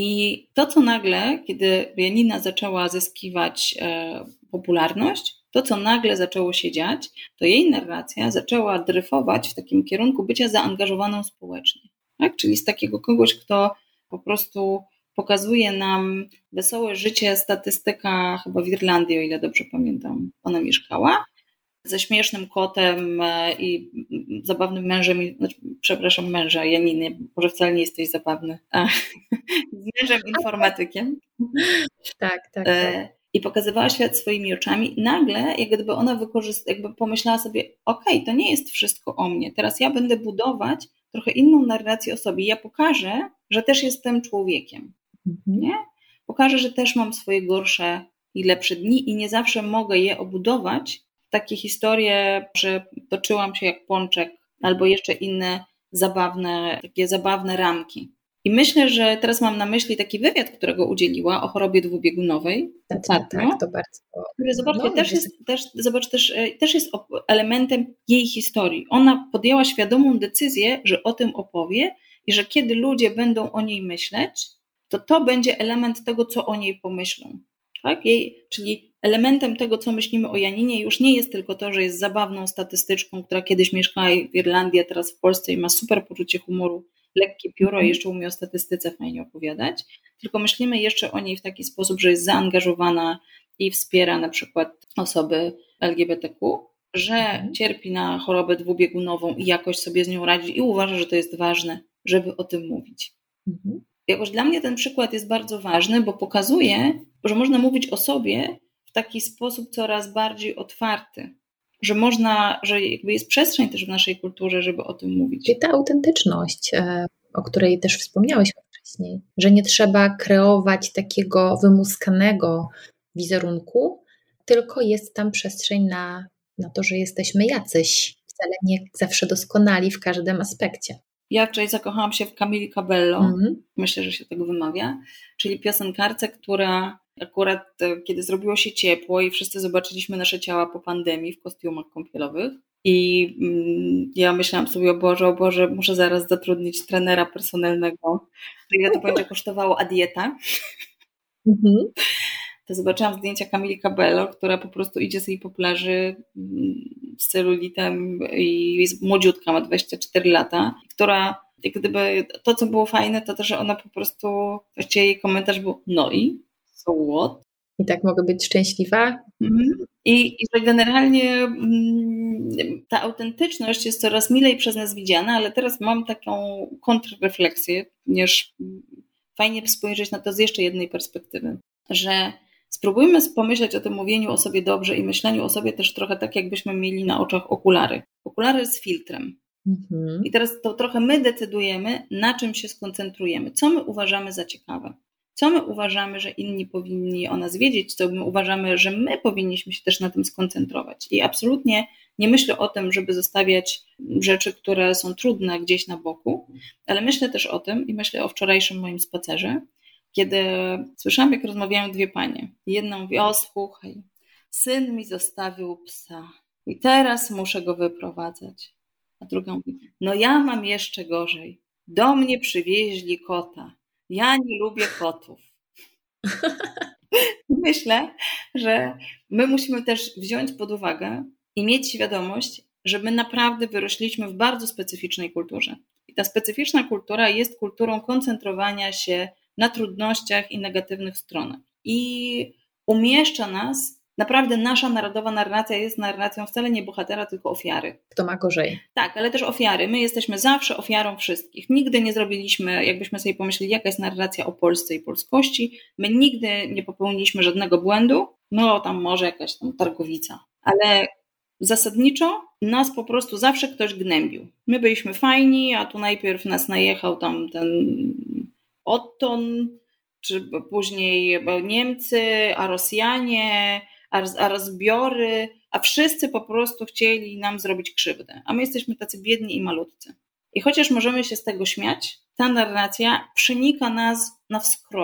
I to, co nagle, kiedy Janina zaczęła zyskiwać e, popularność, to, co nagle zaczęło się dziać, to jej narracja zaczęła dryfować w takim kierunku bycia zaangażowaną społecznie. Tak? Czyli z takiego kogoś, kto po prostu pokazuje nam wesołe życie, statystyka chyba w Irlandii, o ile dobrze pamiętam, ona mieszkała, ze śmiesznym kotem i zabawnym mężem, znaczy, przepraszam, męża Janiny, może wcale nie jesteś zabawny, a, z mężem informatykiem. Tak, tak, tak. I pokazywała świat swoimi oczami. Nagle, jak gdyby ona wykorzyst- jakby pomyślała sobie, okej, okay, to nie jest wszystko o mnie, teraz ja będę budować trochę inną narrację o sobie. Ja pokażę, że też jestem człowiekiem. Mhm. Nie? Pokażę, że też mam swoje gorsze i lepsze dni i nie zawsze mogę je obudować w takie historie, że toczyłam się jak pączek albo jeszcze inne zabawne, takie zabawne ramki. I myślę, że teraz mam na myśli taki wywiad, którego udzieliła o chorobie dwubiegunowej. Tak, tak, tak, to bardzo. Który, zobaczcie, no, też, jest, też, zobacz, też, też jest elementem jej historii. Ona podjęła świadomą decyzję, że o tym opowie i że kiedy ludzie będą o niej myśleć, to to będzie element tego, co o niej pomyślą. Tak? Jej, czyli elementem tego, co myślimy o Janinie, już nie jest tylko to, że jest zabawną statystyczką, która kiedyś mieszkała w Irlandii, a teraz w Polsce i ma super poczucie humoru, lekkie pióro i jeszcze umie o statystyce fajnie opowiadać, tylko myślimy jeszcze o niej w taki sposób, że jest zaangażowana i wspiera na przykład osoby L G B T Q, że mhm. cierpi na chorobę dwubiegunową i jakoś sobie z nią radzi i uważa, że to jest ważne, żeby o tym mówić. Mhm. Jakoś dla mnie ten przykład jest bardzo ważny, bo pokazuje, że można mówić o sobie w taki sposób coraz bardziej otwarty, że można, że jakby jest przestrzeń też w naszej kulturze, żeby o tym mówić. I ta autentyczność, o której też wspomniałeś wcześniej, że nie trzeba kreować takiego wymuskanego wizerunku, tylko jest tam przestrzeń na, na to, że jesteśmy jacyś, wcale nie zawsze doskonali w każdym aspekcie. Ja wczoraj zakochałam się w Camili Cabello, mm-hmm. myślę, że się tego wymawia, czyli piosenkarce, która akurat kiedy zrobiło się ciepło i wszyscy zobaczyliśmy nasze ciała po pandemii w kostiumach kąpielowych i mm, ja myślałam sobie, o Boże, o Boże, muszę zaraz zatrudnić trenera personalnego, ile to będzie kosztowało, a dieta. Mm-hmm. To zobaczyłam zdjęcia Camili Cabello, która po prostu idzie sobie po plaży z celulitem i jest młodziutka, ma dwadzieścia cztery lata, która jak gdyby to, co było fajne, to to, że ona po prostu, właściwie jej komentarz był, no i so what? I tak mogę być szczęśliwa? Mm-hmm. I, I że generalnie mm, ta autentyczność jest coraz milej przez nas widziana, ale teraz mam taką kontrrefleksję, ponieważ fajnie spojrzeć na to z jeszcze jednej perspektywy, że spróbujmy pomyśleć o tym mówieniu o sobie dobrze i myśleniu o sobie też trochę tak, jakbyśmy mieli na oczach okulary. Okulary z filtrem. Mhm. I teraz to trochę my decydujemy, na czym się skoncentrujemy, co my uważamy za ciekawe, co my uważamy, że inni powinni o nas wiedzieć, co my uważamy, że my powinniśmy się też na tym skoncentrować. I absolutnie nie myślę o tym, żeby zostawiać rzeczy, które są trudne gdzieś na boku, ale myślę też o tym i myślę o wczorajszym moim spacerze, kiedy słyszałam, jak rozmawiają dwie panie. Jedna mówi, o słuchaj, syn mi zostawił psa i teraz muszę go wyprowadzać. A druga mówi, no ja mam jeszcze gorzej. Do mnie przywieźli kota. Ja nie lubię kotów. Myślę, że my musimy też wziąć pod uwagę i mieć świadomość, że my naprawdę wyrośliśmy w bardzo specyficznej kulturze. I ta specyficzna kultura jest kulturą koncentrowania się na trudnościach i negatywnych stronach. I umieszcza nas, naprawdę nasza narodowa narracja jest narracją wcale nie bohatera, tylko ofiary. Kto ma gorzej. Tak, ale też ofiary. My jesteśmy zawsze ofiarą wszystkich. Nigdy nie zrobiliśmy, jakbyśmy sobie pomyśleli, jaka jest narracja o Polsce i polskości, my nigdy nie popełniliśmy żadnego błędu, no tam może jakaś tam targowica, ale zasadniczo nas po prostu zawsze ktoś gnębił. My byliśmy fajni, a tu najpierw nas najechał tam ten Otton, czy później Niemcy, a Rosjanie, a rozbiory, a wszyscy po prostu chcieli nam zrobić krzywdę, a my jesteśmy tacy biedni i malutcy. I chociaż możemy się z tego śmiać, ta narracja przenika nas na wskroś.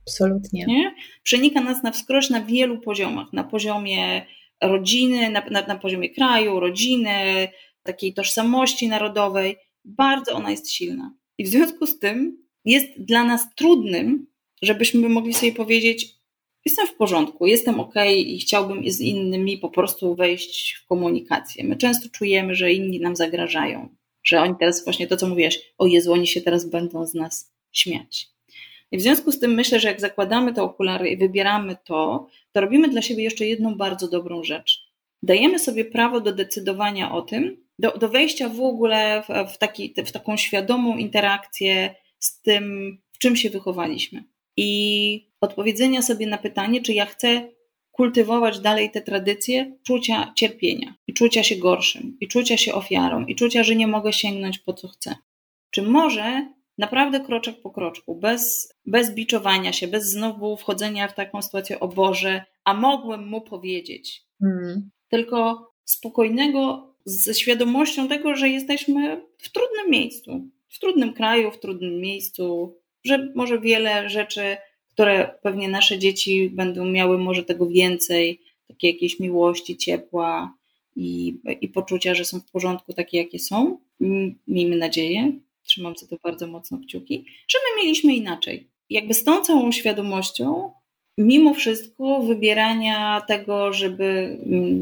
Absolutnie. Nie? Przenika nas na wskroś na wielu poziomach. Na poziomie rodziny, na, na, na poziomie kraju, rodziny, takiej tożsamości narodowej. Bardzo ona jest silna. I w związku z tym jest dla nas trudnym, żebyśmy mogli sobie powiedzieć, jestem w porządku, jestem okej i chciałbym z innymi po prostu wejść w komunikację. My często czujemy, że inni nam zagrażają, że oni teraz właśnie to, co mówiłaś, o Jezu, oni się teraz będą z nas śmiać. I w związku z tym myślę, że jak zakładamy te okulary i wybieramy to, to robimy dla siebie jeszcze jedną bardzo dobrą rzecz. Dajemy sobie prawo do decydowania o tym, do, do wejścia w ogóle w, w, taki, w taką świadomą interakcję z tym, w czym się wychowaliśmy. I odpowiedzenia sobie na pytanie, czy ja chcę kultywować dalej te tradycje czucia cierpienia i czucia się gorszym, i czucia się ofiarą, i czucia, że nie mogę sięgnąć po co chcę. Czy może naprawdę kroczek po kroczku, bez, bez biczowania się, bez znowu wchodzenia w taką sytuację, o Boże, a mogłem mu powiedzieć. Hmm. Tylko spokojnego, ze świadomością tego, że jesteśmy w trudnym miejscu, w trudnym kraju, w trudnym miejscu, że może wiele rzeczy, które pewnie nasze dzieci będą miały może tego więcej, takiej jakiejś miłości, ciepła i, i poczucia, że są w porządku takie, jakie są. Miejmy nadzieję, trzymam za to bardzo mocno kciuki, że my mieliśmy inaczej. Jakby z tą całą świadomością, mimo wszystko wybierania tego, żeby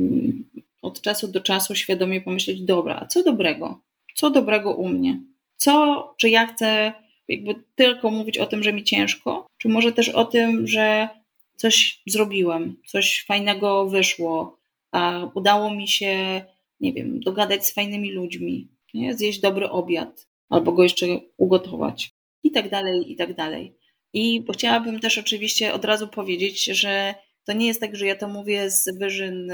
od czasu do czasu świadomie pomyśleć, dobra, a co dobrego? Co dobrego u mnie? Co, czy ja chcę jakby tylko mówić o tym, że mi ciężko, czy może też o tym, że coś zrobiłem, coś fajnego wyszło, a udało mi się, nie wiem, dogadać z fajnymi ludźmi, nie? Zjeść dobry obiad, albo go jeszcze ugotować i tak dalej, i tak dalej. I chciałabym też oczywiście od razu powiedzieć, że to nie jest tak, że ja to mówię z wyżyn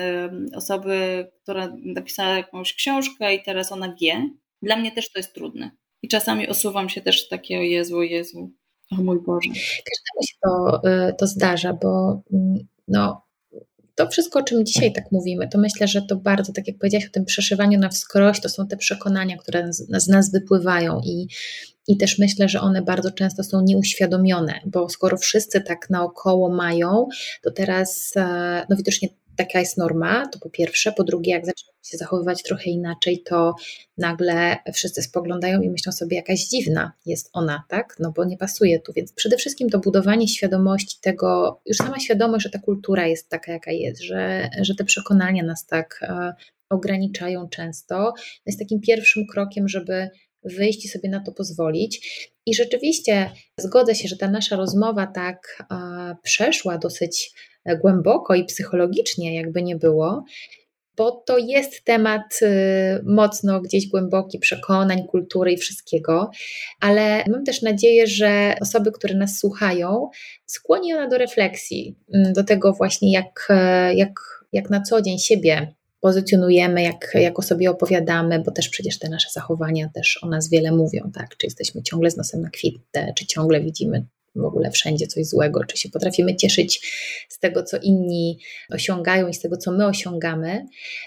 osoby, która napisała jakąś książkę i teraz ona wie. Dla mnie też to jest trudne. I czasami osuwam się też takie, o Jezu, o Jezu, o mój Boże. Każdemu się to, to zdarza, bo no, to wszystko, o czym dzisiaj tak mówimy, to myślę, że to bardzo, tak jak powiedziałaś o tym przeszywaniu na wskroś, to są te przekonania, które z, z nas wypływają i, i też myślę, że one bardzo często są nieuświadomione, bo skoro wszyscy tak naokoło mają, to teraz no widocznie taka jest norma, to po pierwsze, po drugie, jak zaczynamy się zachowywać trochę inaczej, to nagle wszyscy spoglądają i myślą sobie, jakaś dziwna jest ona, tak? No bo nie pasuje tu, więc przede wszystkim to budowanie świadomości tego, już sama świadomość, że ta kultura jest taka, jaka jest, że, że te przekonania nas tak e, ograniczają często, jest takim pierwszym krokiem, żeby wyjść i sobie na to pozwolić. I rzeczywiście zgodzę się, że ta nasza rozmowa tak e, przeszła dosyć głęboko i psychologicznie, jakby nie było, bo to jest temat y, mocno gdzieś głęboki przekonań, kultury i wszystkiego, ale mam też nadzieję, że osoby, które nas słuchają, skłoni ona do refleksji, do tego właśnie jak, jak, jak na co dzień siebie pozycjonujemy, jak, jak o sobie opowiadamy, bo też przecież te nasze zachowania też o nas wiele mówią, tak? Czy jesteśmy ciągle z nosem na kwitę, czy ciągle widzimy w ogóle wszędzie coś złego, czy się potrafimy cieszyć z tego, co inni osiągają i z tego, co my osiągamy,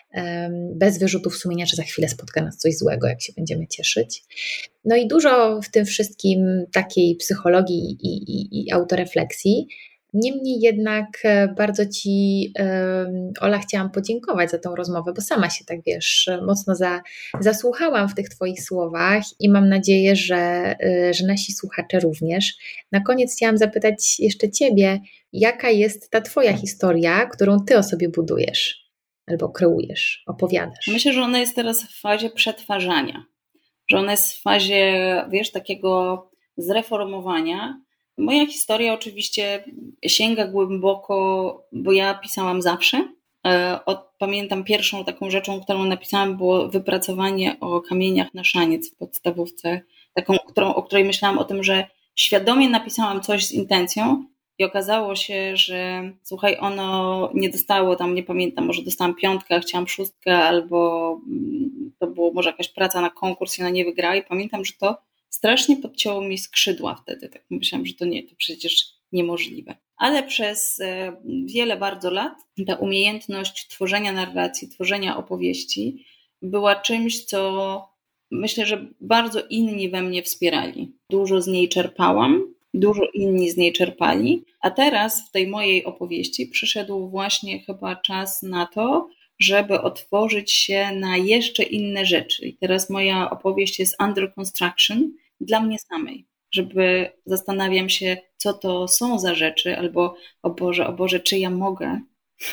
bez wyrzutów sumienia, że za chwilę spotka nas coś złego, jak się będziemy cieszyć. No i dużo w tym wszystkim takiej psychologii i, i, i autorefleksji. Niemniej jednak bardzo Ci, Ola, chciałam podziękować za tą rozmowę, bo sama się tak, wiesz, mocno za, zasłuchałam w tych Twoich słowach i mam nadzieję, że, że nasi słuchacze również. Na koniec chciałam zapytać jeszcze Ciebie, jaka jest ta Twoja historia, którą Ty o sobie budujesz albo kreujesz, opowiadasz? Myślę, że ona jest teraz w fazie przetwarzania, że ona jest w fazie, wiesz, takiego zreformowania. Moja historia oczywiście sięga głęboko, bo ja pisałam zawsze. Od, pamiętam pierwszą taką rzeczą, którą napisałam, było wypracowanie o kamieniach na szaniec w podstawówce, taką, którą, o której myślałam o tym, że świadomie napisałam coś z intencją i okazało się, że słuchaj, ono nie dostało tam, nie pamiętam, może dostałam piątkę, a chciałam szóstkę, albo to było może jakaś praca na konkurs i ona nie wygrała i pamiętam, że to strasznie podcięło mi skrzydła wtedy. Tak myślałam, że to nie, to przecież niemożliwe. Ale przez wiele bardzo lat ta umiejętność tworzenia narracji, tworzenia opowieści była czymś, co myślę, że bardzo inni we mnie wspierali. Dużo z niej czerpałam dużo inni z niej czerpali, a teraz w tej mojej opowieści przyszedł właśnie chyba czas na to, żeby otworzyć się na jeszcze inne rzeczy. I teraz moja opowieść jest under construction dla mnie samej, żeby zastanawiam się, co to są za rzeczy, albo o Boże, o Boże, czy ja mogę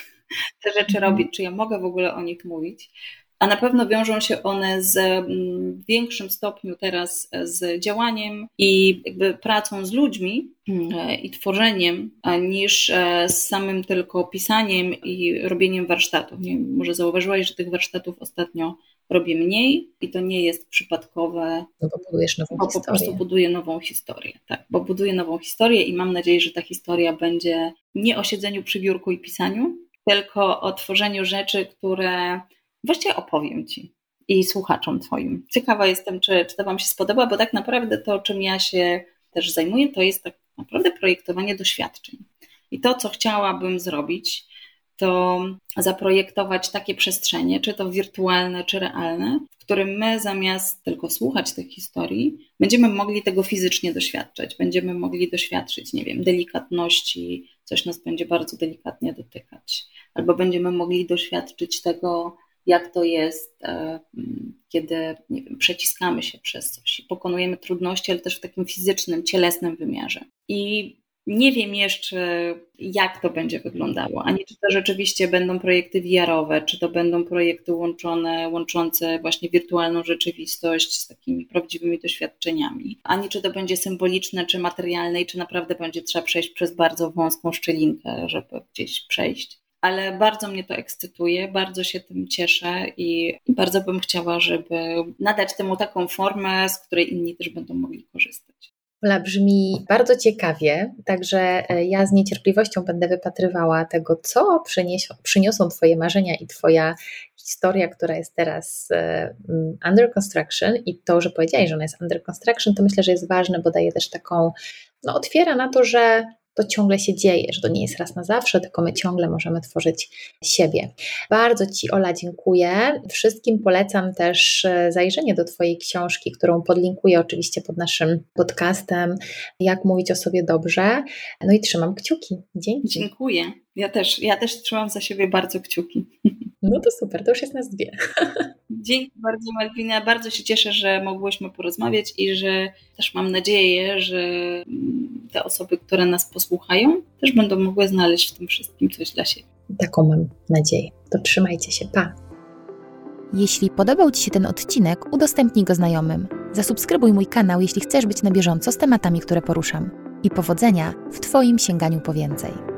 te rzeczy robić, czy ja mogę w ogóle o nich mówić. A na pewno wiążą się one z w większym stopniu teraz z działaniem i jakby pracą z ludźmi i tworzeniem, niż z samym tylko pisaniem i robieniem warsztatów. Nie wiem, może zauważyłaś, że tych warsztatów ostatnio robię mniej i to nie jest przypadkowe. No bo budujesz nową bo historię. Po prostu buduję nową historię. Tak, bo buduję nową historię i mam nadzieję, że ta historia będzie nie o siedzeniu przy biurku i pisaniu, tylko o tworzeniu rzeczy, które właściwie opowiem Ci i słuchaczom Twoim. Ciekawa jestem, czy, czy to Wam się spodoba, bo tak naprawdę to, czym ja się też zajmuję, to jest tak naprawdę projektowanie doświadczeń. I to, co chciałabym zrobić, to zaprojektować takie przestrzenie, czy to wirtualne, czy realne, w którym my zamiast tylko słuchać tych historii, będziemy mogli tego fizycznie doświadczać. Będziemy mogli doświadczyć, nie wiem, delikatności, coś nas będzie bardzo delikatnie dotykać. Albo będziemy mogli doświadczyć tego, jak to jest, kiedy, nie wiem, przeciskamy się przez coś i pokonujemy trudności, ale też w takim fizycznym, cielesnym wymiarze. I nie wiem jeszcze, jak to będzie wyglądało, ani czy to rzeczywiście będą projekty V R-owe, czy to będą projekty łączone, łączące właśnie wirtualną rzeczywistość z takimi prawdziwymi doświadczeniami, ani czy to będzie symboliczne, czy materialne i czy naprawdę będzie trzeba przejść przez bardzo wąską szczelinkę, żeby gdzieś przejść. Ale bardzo mnie to ekscytuje, bardzo się tym cieszę i bardzo bym chciała, żeby nadać temu taką formę, z której inni też będą mogli korzystać. Ola, brzmi bardzo ciekawie, także ja z niecierpliwością będę wypatrywała tego, co przyniosą, przyniosą Twoje marzenia i Twoja historia, która jest teraz under construction i to, że powiedziałaś, że ona jest under construction, to myślę, że jest ważne, bo daje też taką, no otwiera na to, że to ciągle się dzieje, że to nie jest raz na zawsze, tylko my ciągle możemy tworzyć siebie. Bardzo Ci, Ola, dziękuję. Wszystkim polecam też zajrzenie do Twojej książki, którą podlinkuję oczywiście pod naszym podcastem, Jak mówić o sobie dobrze. No i trzymam kciuki. Dzięki. Dziękuję. Ja też, ja też trzymam za siebie bardzo kciuki. No to super, to już jest nas dwie. Dzięki bardzo, Malwina. Bardzo się cieszę, że mogłyśmy porozmawiać i że też mam nadzieję, że te osoby, które nas posłuchają, też będą mogły znaleźć w tym wszystkim coś dla siebie. Taką mam nadzieję. To trzymajcie się. Pa! Jeśli podobał Ci się ten odcinek, udostępnij go znajomym. Zasubskrybuj mój kanał, jeśli chcesz być na bieżąco z tematami, które poruszam. I powodzenia w Twoim sięganiu po więcej.